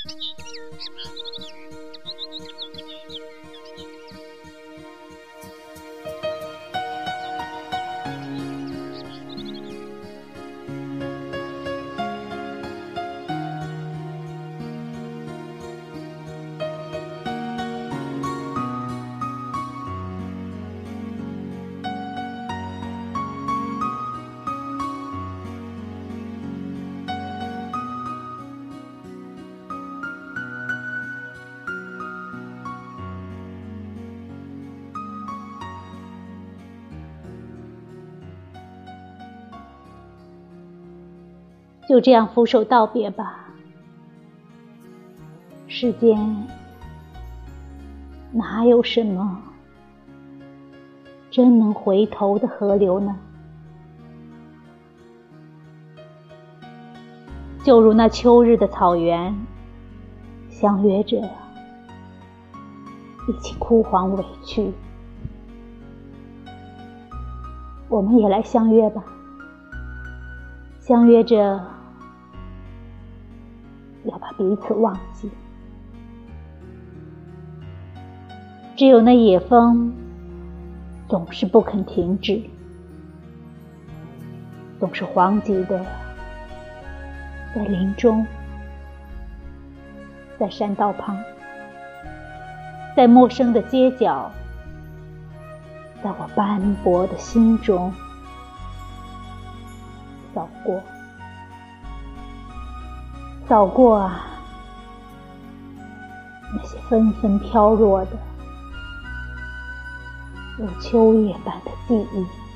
就这样俯首道别吧。世间哪有什么真能回头的河流呢？就如那秋日的草原，相约着一起枯黄委屈。我们也来相约吧，相约着要把彼此忘记。只有那野风总是不肯停止，总是惶急的在林中，在山道旁，在陌生的街角，在我斑驳的心中扫过，扫过那些纷纷飘落的如秋叶般的记忆。